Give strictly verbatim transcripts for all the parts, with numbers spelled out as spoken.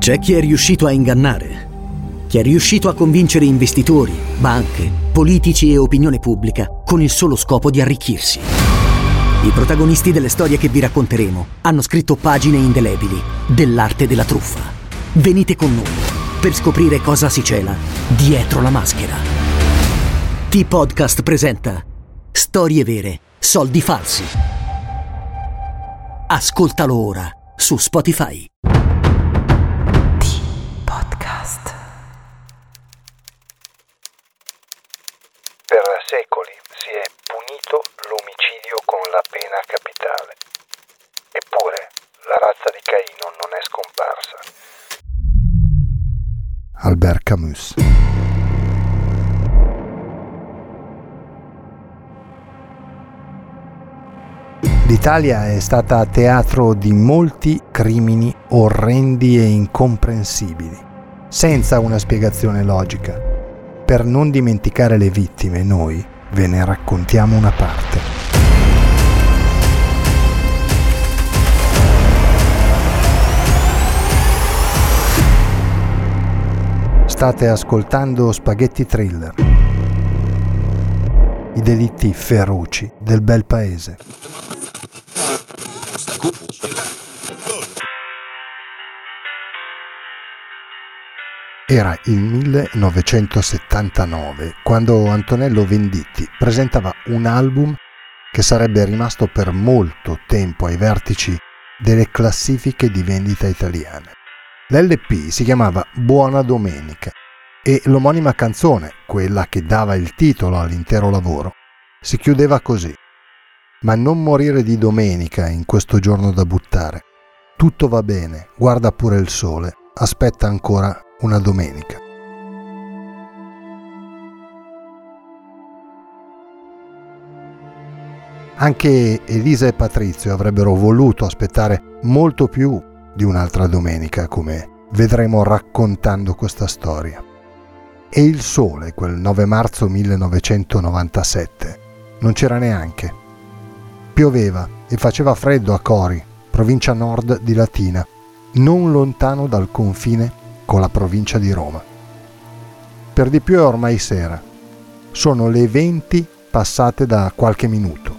C'è chi è riuscito a ingannare, chi è riuscito a convincere investitori, banche, politici e opinione pubblica con il solo scopo di arricchirsi. I protagonisti delle storie che vi racconteremo hanno scritto pagine indelebili dell'arte della truffa. Venite con noi per scoprire cosa si cela dietro la maschera. T-Podcast presenta Storie vere, soldi falsi. Ascoltalo ora su Spotify. T-Podcast. Per secoli si è punito l'omicidio con la pena capitale. Eppure la razza di Caino non è scomparsa. Albert Camus. L'Italia è stata teatro di molti crimini orrendi e incomprensibili, senza una spiegazione logica. Per non dimenticare le vittime, noi ve ne raccontiamo una parte. State ascoltando Spaghetti Thriller, i delitti feroci del bel paese. Era il millenovecentosettantanove quando Antonello Venditti presentava un album che sarebbe rimasto per molto tempo ai vertici delle classifiche di vendita italiane. L'L P si chiamava Buona Domenica e l'omonima canzone, quella che dava il titolo all'intero lavoro, si chiudeva così: ma non morire di domenica in questo giorno da buttare. Tutto va bene, guarda pure il sole, aspetta ancora una domenica. Anche Elisa e Patrizio avrebbero voluto aspettare molto più di un'altra domenica, come vedremo raccontando questa storia. E il sole, quel nove marzo millenovecentonovantasette, non c'era neanche. Pioveva e faceva freddo a Cori, provincia nord di Latina, non lontano dal confine con la provincia di Roma. Per di più è ormai sera. Sono le venti passate da qualche minuto.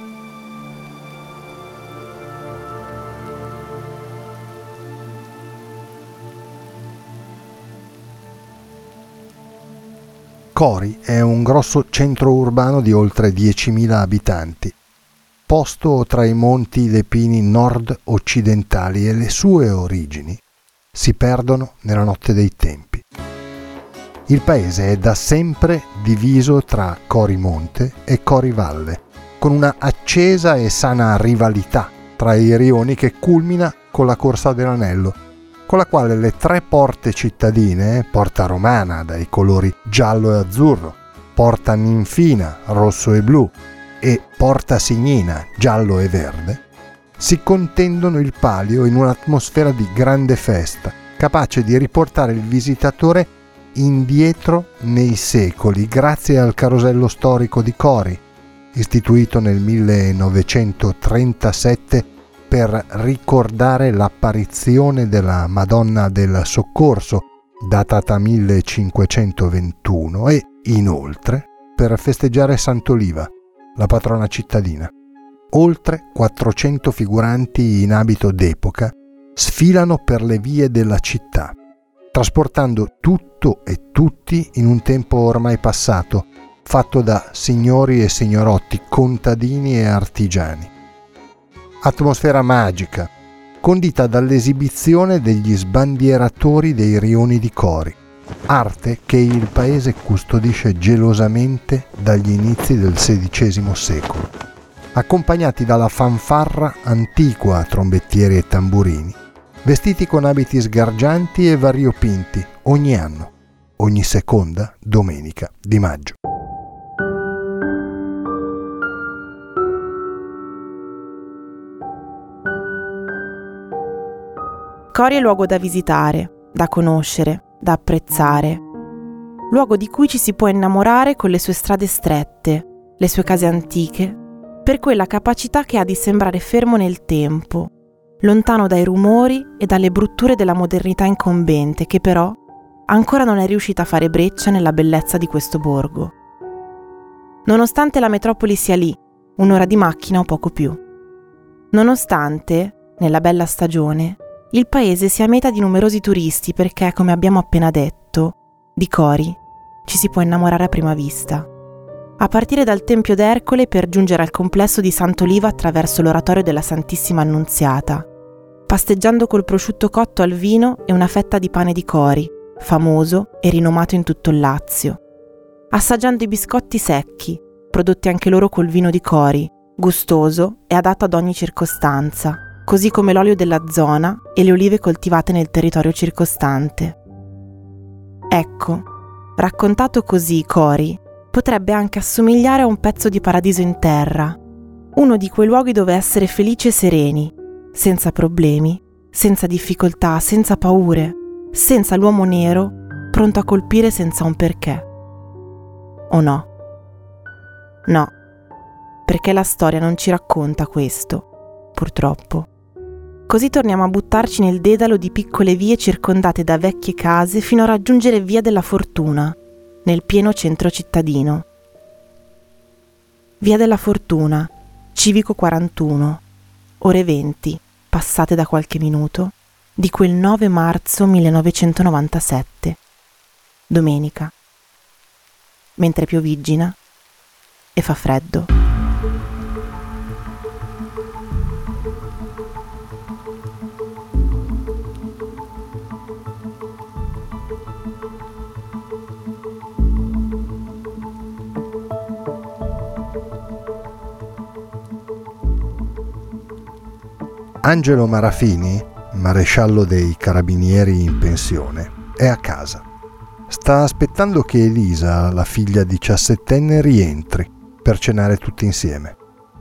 Cori è un grosso centro urbano di oltre diecimila abitanti, posto tra i monti Lepini nord-occidentali, e le sue origini si perdono nella notte dei tempi. Il paese è da sempre diviso tra Cori Monte e Cori Valle, con una accesa e sana rivalità tra i rioni che culmina con la Corsa dell'Anello, con la quale le tre porte cittadine, Porta Romana dai colori giallo e azzurro, Porta Ninfina rosso e blu e Porta Signina giallo e verde, si contendono il palio in un'atmosfera di grande festa, capace di riportare il visitatore indietro nei secoli grazie al carosello storico di Cori, istituito nel millenovecentotrentasette per ricordare l'apparizione della Madonna del Soccorso, datata millecinquecentoventuno, e inoltre per festeggiare Sant'Oliva, la patrona cittadina. Oltre quattrocento figuranti in abito d'epoca sfilano per le vie della città, trasportando tutto e tutti in un tempo ormai passato, fatto da signori e signorotti, contadini e artigiani. Atmosfera magica, condita dall'esibizione degli sbandieratori dei rioni di Cori, arte che il paese custodisce gelosamente dagli inizi del sedicesimo secolo, accompagnati dalla fanfarra antiqua a trombettieri e tamburini, vestiti con abiti sgargianti e variopinti ogni anno, ogni seconda domenica di maggio. Cori è luogo da visitare, da conoscere, da apprezzare. Luogo di cui ci si può innamorare con le sue strade strette, le sue case antiche, per quella capacità che ha di sembrare fermo nel tempo, lontano dai rumori e dalle brutture della modernità incombente che però ancora non è riuscita a fare breccia nella bellezza di questo borgo. Nonostante la metropoli sia lì, un'ora di macchina o poco più. Nonostante, nella bella stagione, il paese sia meta di numerosi turisti perché, come abbiamo appena detto, di Cori ci si può innamorare a prima vista. A partire dal Tempio d'Ercole per giungere al complesso di Sant'Oliva attraverso l'oratorio della Santissima Annunziata, pasteggiando col prosciutto cotto al vino e una fetta di pane di Cori, famoso e rinomato in tutto il Lazio, assaggiando i biscotti secchi, prodotti anche loro col vino di Cori, gustoso e adatto ad ogni circostanza, così come l'olio della zona e le olive coltivate nel territorio circostante. Ecco, raccontato così, Cori potrebbe anche assomigliare a un pezzo di paradiso in terra, uno di quei luoghi dove essere felici e sereni, senza problemi, senza difficoltà, senza paure, senza l'uomo nero pronto a colpire senza un perché. O no? No, perché la storia non ci racconta questo, purtroppo. Così torniamo a buttarci nel dedalo di piccole vie circondate da vecchie case fino a raggiungere Via della Fortuna, nel pieno centro cittadino. Via della Fortuna, Civico quarantuno, ore venti, passate da qualche minuto, di quel nove marzo millenovecentonovantasette, domenica, mentre pioviggina e fa freddo. Angelo Marafini, maresciallo dei carabinieri in pensione, è a casa. Sta aspettando che Elisa, la figlia diciassettenne, rientri per cenare tutti insieme.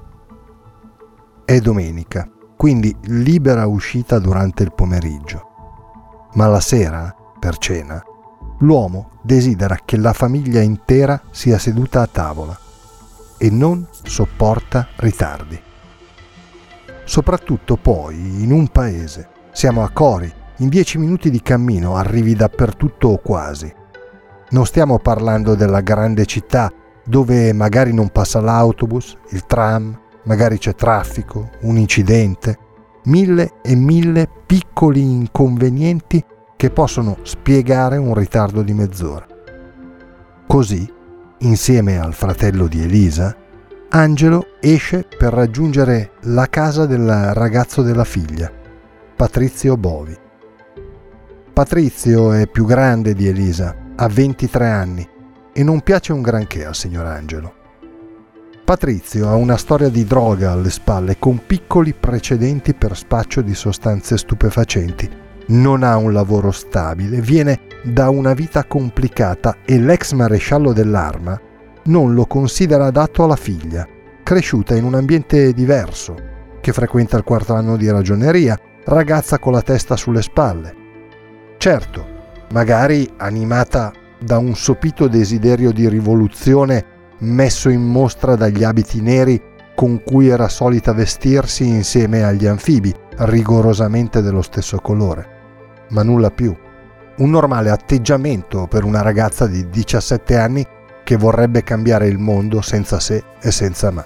È domenica, quindi libera uscita durante il pomeriggio. Ma la sera, per cena, l'uomo desidera che la famiglia intera sia seduta a tavola e non sopporta ritardi. Soprattutto poi in un paese. Siamo a Cori, in dieci minuti di cammino arrivi dappertutto o quasi. Non stiamo parlando della grande città dove magari non passa l'autobus, il tram, magari c'è traffico, un incidente, mille e mille piccoli inconvenienti che possono spiegare un ritardo di mezz'ora. Così, insieme al fratello di Elisa, Angelo esce per raggiungere la casa del ragazzo della figlia, Patrizio Bovi. Patrizio è più grande di Elisa, ha ventitré anni e non piace un granché al signor Angelo. Patrizio ha una storia di droga alle spalle con piccoli precedenti per spaccio di sostanze stupefacenti, non ha un lavoro stabile, viene da una vita complicata e l'ex maresciallo dell'Arma non lo considera adatto alla figlia, cresciuta in un ambiente diverso, che frequenta il quarto anno di ragioneria, ragazza con la testa sulle spalle. Certo, magari animata da un sopito desiderio di rivoluzione messo in mostra dagli abiti neri con cui era solita vestirsi insieme agli anfibi, rigorosamente dello stesso colore. Ma nulla più. Un normale atteggiamento per una ragazza di diciassette anni che vorrebbe cambiare il mondo senza se e senza ma.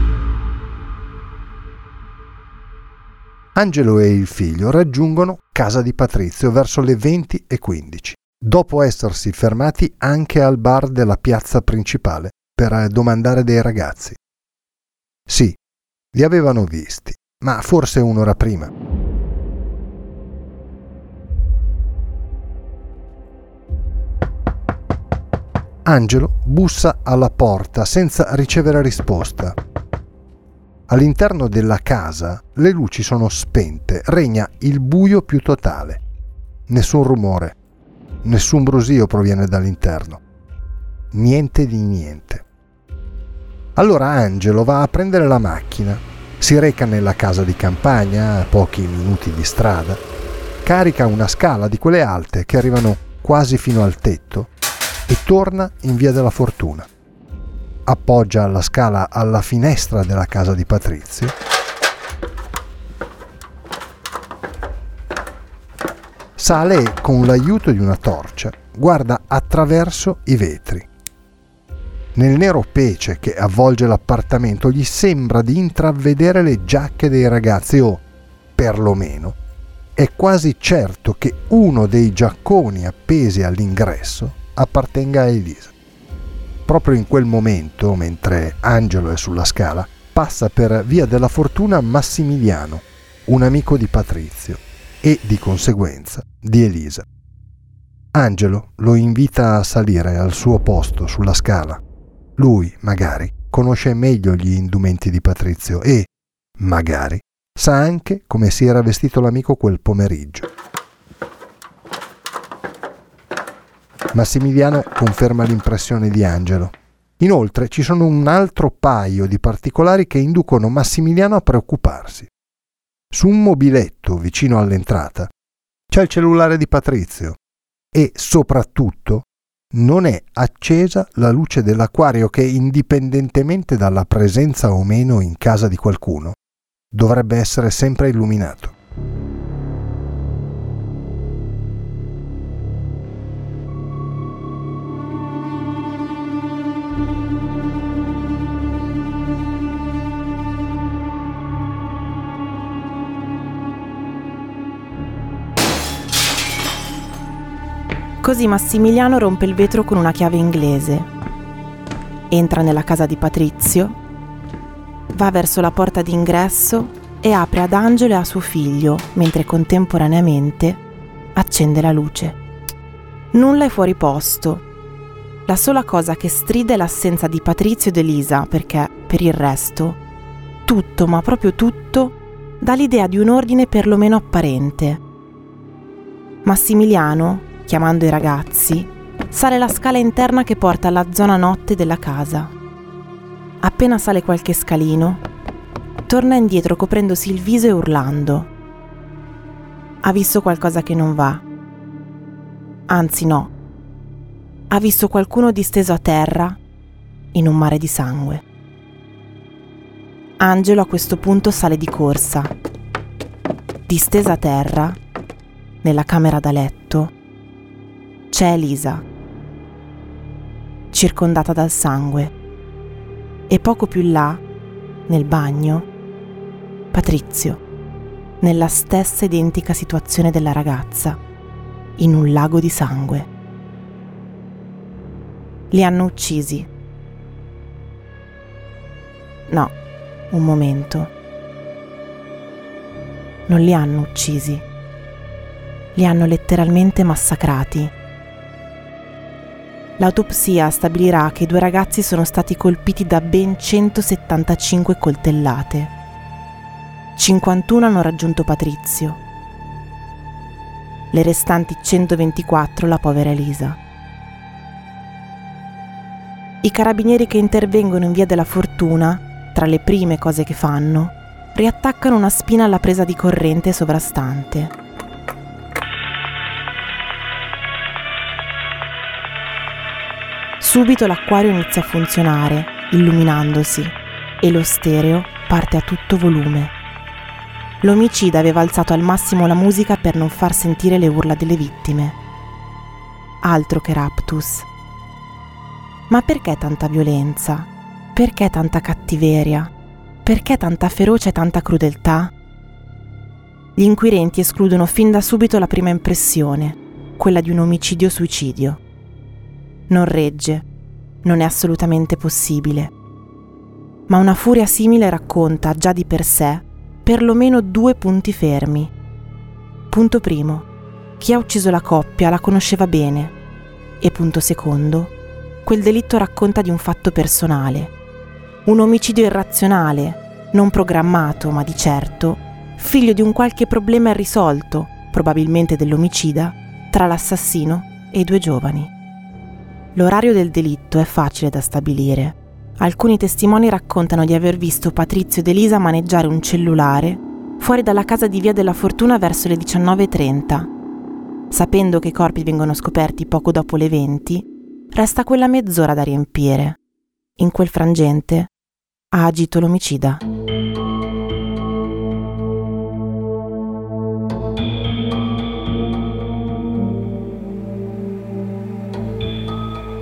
Angelo e il figlio raggiungono casa di Patrizio verso le venti e quindici, dopo essersi fermati anche al bar della piazza principale per domandare dei ragazzi. Sì, li avevano visti, ma forse un'ora prima. Angelo bussa alla porta senza ricevere risposta. All'interno della casa le luci sono spente, regna il buio più totale. Nessun rumore, nessun brusio proviene dall'interno. Niente di niente. Allora Angelo va a prendere la macchina, si reca nella casa di campagna, a pochi minuti di strada, carica una scala di quelle alte che arrivano quasi fino al tetto e torna in Via della Fortuna. Appoggia la scala alla finestra della casa di Patrizio Sale e, con l'aiuto di una torcia, guarda attraverso i vetri. Nel nero pece che avvolge l'appartamento gli sembra di intravedere le giacche dei ragazzi o, perlomeno, è quasi certo che uno dei giacconi appesi all'ingresso appartenga a Elisa. Proprio in quel momento, mentre Angelo è sulla scala, passa per Via della Fortuna Massimiliano, un amico di Patrizio e, di conseguenza, di Elisa. Angelo lo invita a salire al suo posto sulla scala. Lui, magari, conosce meglio gli indumenti di Patrizio e, magari, sa anche come si era vestito l'amico quel pomeriggio. Massimiliano conferma l'impressione di Angelo. Inoltre ci sono un altro paio di particolari che inducono Massimiliano a preoccuparsi. Su un mobiletto vicino all'entrata c'è il cellulare di Patrizio e, soprattutto, non è accesa la luce dell'acquario che, indipendentemente dalla presenza o meno in casa di qualcuno, dovrebbe essere sempre illuminato. Così Massimiliano rompe il vetro con una chiave inglese, entra nella casa di Patrizio, va verso la porta d'ingresso e apre ad Angelo e a suo figlio, mentre contemporaneamente accende la luce. Nulla è fuori posto. La sola cosa che stride è l'assenza di Patrizio ed Elisa, perché, per il resto, tutto, ma proprio tutto, dà l'idea di un ordine perlomeno apparente. Massimiliano, chiamando i ragazzi, sale la scala interna che porta alla zona notte della casa. Appena sale qualche scalino, torna indietro coprendosi il viso e urlando. Ha visto qualcosa che non va. Anzi no, ha visto qualcuno disteso a terra in un mare di sangue. Angelo a questo punto sale di corsa. Distesa a terra, nella camera da letto, c'è Elisa, circondata dal sangue, e poco più in là, nel bagno, Patrizio, nella stessa identica situazione della ragazza, in un lago di sangue. Li hanno uccisi. No, un momento. Non li hanno uccisi. Li hanno letteralmente massacrati. L'autopsia stabilirà che i due ragazzi sono stati colpiti da ben centosettantacinque coltellate. cinquantuno hanno raggiunto Patrizio. Le restanti centoventiquattro la povera Elisa. I carabinieri che intervengono in Via della Fortuna, tra le prime cose che fanno, riattaccano una spina alla presa di corrente sovrastante. Subito l'acquario inizia a funzionare, illuminandosi, e lo stereo parte a tutto volume. L'omicida aveva alzato al massimo la musica per non far sentire le urla delle vittime. Altro che raptus. Ma perché tanta violenza? Perché tanta cattiveria? Perché tanta ferocia e tanta crudeltà? Gli inquirenti escludono fin da subito la prima impressione, quella di un omicidio-suicidio. Non regge, non è assolutamente possibile. Ma una furia simile racconta già di per sé perlomeno due punti fermi. Punto primo, chi ha ucciso la coppia la conosceva bene. E punto secondo, quel delitto racconta di un fatto personale. Un omicidio irrazionale, non programmato, ma di certo, figlio di un qualche problema irrisolto, probabilmente dell'omicida, tra l'assassino e i due giovani. L'orario del delitto è facile da stabilire. Alcuni testimoni raccontano di aver visto Patrizio ed Elisa maneggiare un cellulare fuori dalla casa di Via della Fortuna verso le diciannove e trenta. Sapendo che i corpi vengono scoperti poco dopo le venti, resta quella mezz'ora da riempire. In quel frangente ha agito l'omicida.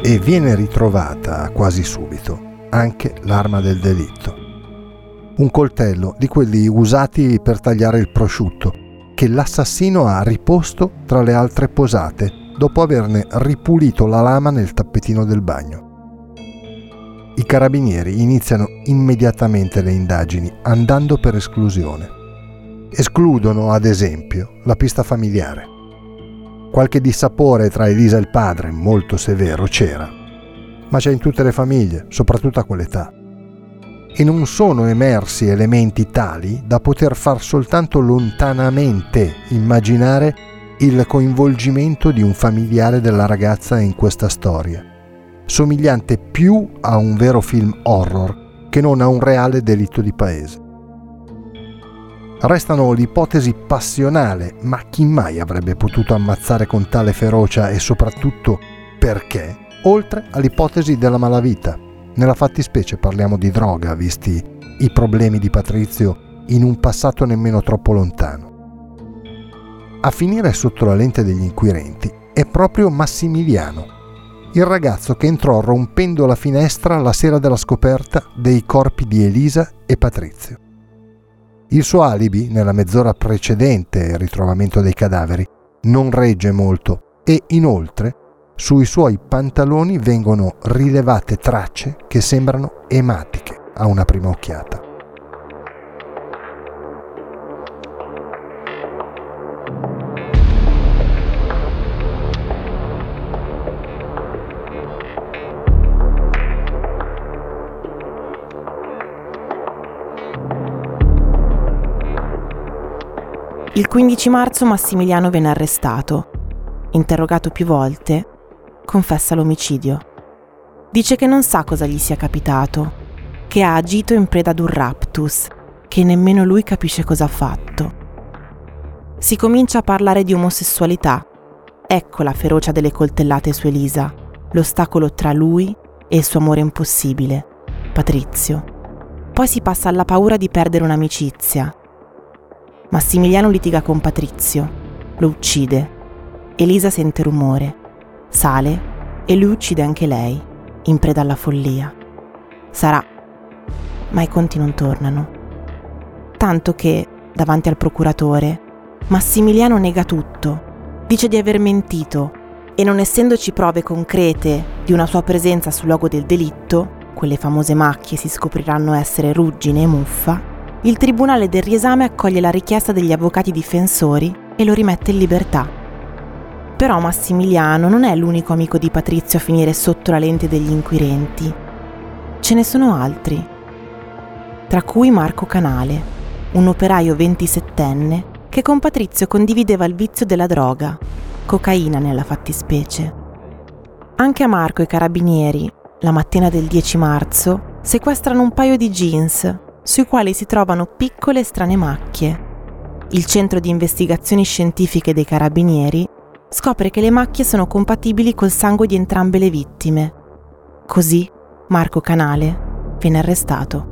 e viene ritrovata quasi subito anche l'arma del delitto. Un coltello di quelli usati per tagliare il prosciutto, che l'assassino ha riposto tra le altre posate dopo averne ripulito la lama nel tappetino del bagno. I carabinieri iniziano immediatamente le indagini, andando per esclusione. Escludono, ad esempio, la pista familiare. Qualche dissapore tra Elisa e il padre, molto severo, c'era, ma c'è in tutte le famiglie, soprattutto a quell'età. E non sono emersi elementi tali da poter far soltanto lontanamente immaginare il coinvolgimento di un familiare della ragazza in questa storia, somigliante più a un vero film horror che non a un reale delitto di paese. Restano l'ipotesi passionale, ma chi mai avrebbe potuto ammazzare con tale ferocia e soprattutto perché, oltre all'ipotesi della malavita. Nella fattispecie parliamo di droga, visti i problemi di Patrizio in un passato nemmeno troppo lontano. A finire sotto la lente degli inquirenti è proprio Massimiliano, il ragazzo che entrò rompendo la finestra la sera della scoperta dei corpi di Elisa e Patrizio. Il suo alibi, nella mezz'ora precedente il ritrovamento dei cadaveri, non regge molto e, inoltre, sui suoi pantaloni vengono rilevate tracce che sembrano ematiche a una prima occhiata. Il quindici marzo Massimiliano viene arrestato. Interrogato più volte, confessa l'omicidio. Dice che non sa cosa gli sia capitato, che ha agito in preda ad un raptus, che nemmeno lui capisce cosa ha fatto. Si comincia a parlare di omosessualità. Ecco la ferocia delle coltellate su Elisa, l'ostacolo tra lui e il suo amore impossibile, Patrizio. Poi si passa alla paura di perdere un'amicizia. Massimiliano litiga con Patrizio, lo uccide. Elisa sente rumore, sale e lui uccide anche lei, in preda alla follia. Sarà, ma i conti non tornano. Tanto che, davanti al procuratore, Massimiliano nega tutto, dice di aver mentito e, non essendoci prove concrete di una sua presenza sul luogo del delitto, quelle famose macchie si scopriranno essere ruggine e muffa, il tribunale del riesame accoglie la richiesta degli avvocati difensori e lo rimette in libertà. Però Massimiliano non è l'unico amico di Patrizio a finire sotto la lente degli inquirenti. Ce ne sono altri, tra cui Marco Canale, un operaio ventisettenne che con Patrizio condivideva il vizio della droga, cocaina nella fattispecie. Anche a Marco i carabinieri, la mattina del dieci marzo, sequestrano un paio di jeans sui quali si trovano piccole e strane macchie. Il centro di investigazioni scientifiche dei carabinieri scopre che le macchie sono compatibili col sangue di entrambe le vittime. Così Marco Canale viene arrestato.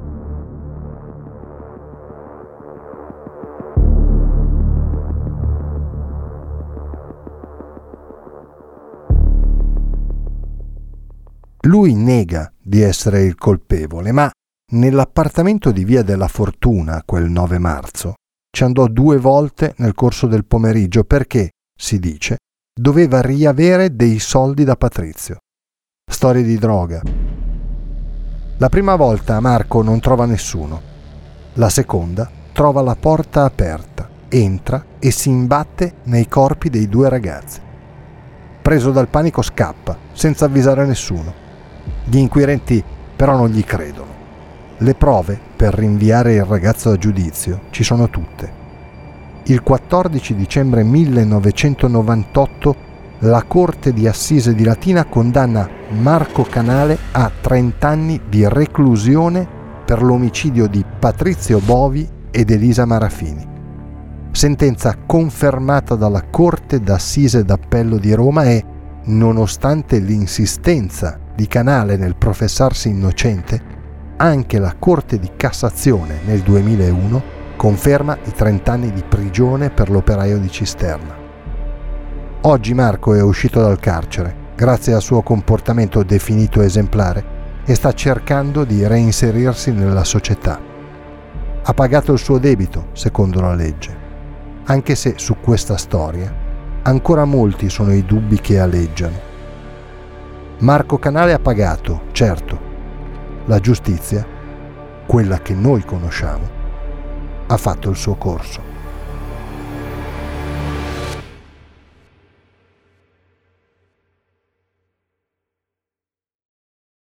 Lui nega di essere il colpevole, ma nell'appartamento di Via della Fortuna, quel nove marzo, ci andò due volte nel corso del pomeriggio perché, si dice, doveva riavere dei soldi da Patrizio. Storie di droga. La prima volta Marco non trova nessuno. La seconda trova la porta aperta, entra e si imbatte nei corpi dei due ragazzi. Preso dal panico scappa, senza avvisare nessuno. Gli inquirenti però non gli credono. Le prove per rinviare il ragazzo a giudizio ci sono tutte. Il quattordici dicembre millenovecentonovantotto la Corte di Assise di Latina condanna Marco Canale a trenta anni di reclusione per l'omicidio di Patrizio Bovi ed Elisa Marafini. Sentenza confermata dalla Corte d'Assise d'Appello di Roma e, nonostante l'insistenza di Canale nel professarsi innocente, anche la Corte di Cassazione nel duemilauno conferma i trenta anni di prigione per l'operaio di Cisterna. Oggi Marco è uscito dal carcere grazie al suo comportamento definito esemplare, e sta cercando di reinserirsi nella società. Ha pagato il suo debito, secondo la legge, anche se su questa storia ancora molti sono i dubbi che aleggiano. Marco Canale ha pagato, certo. La giustizia, quella che noi conosciamo, ha fatto il suo corso.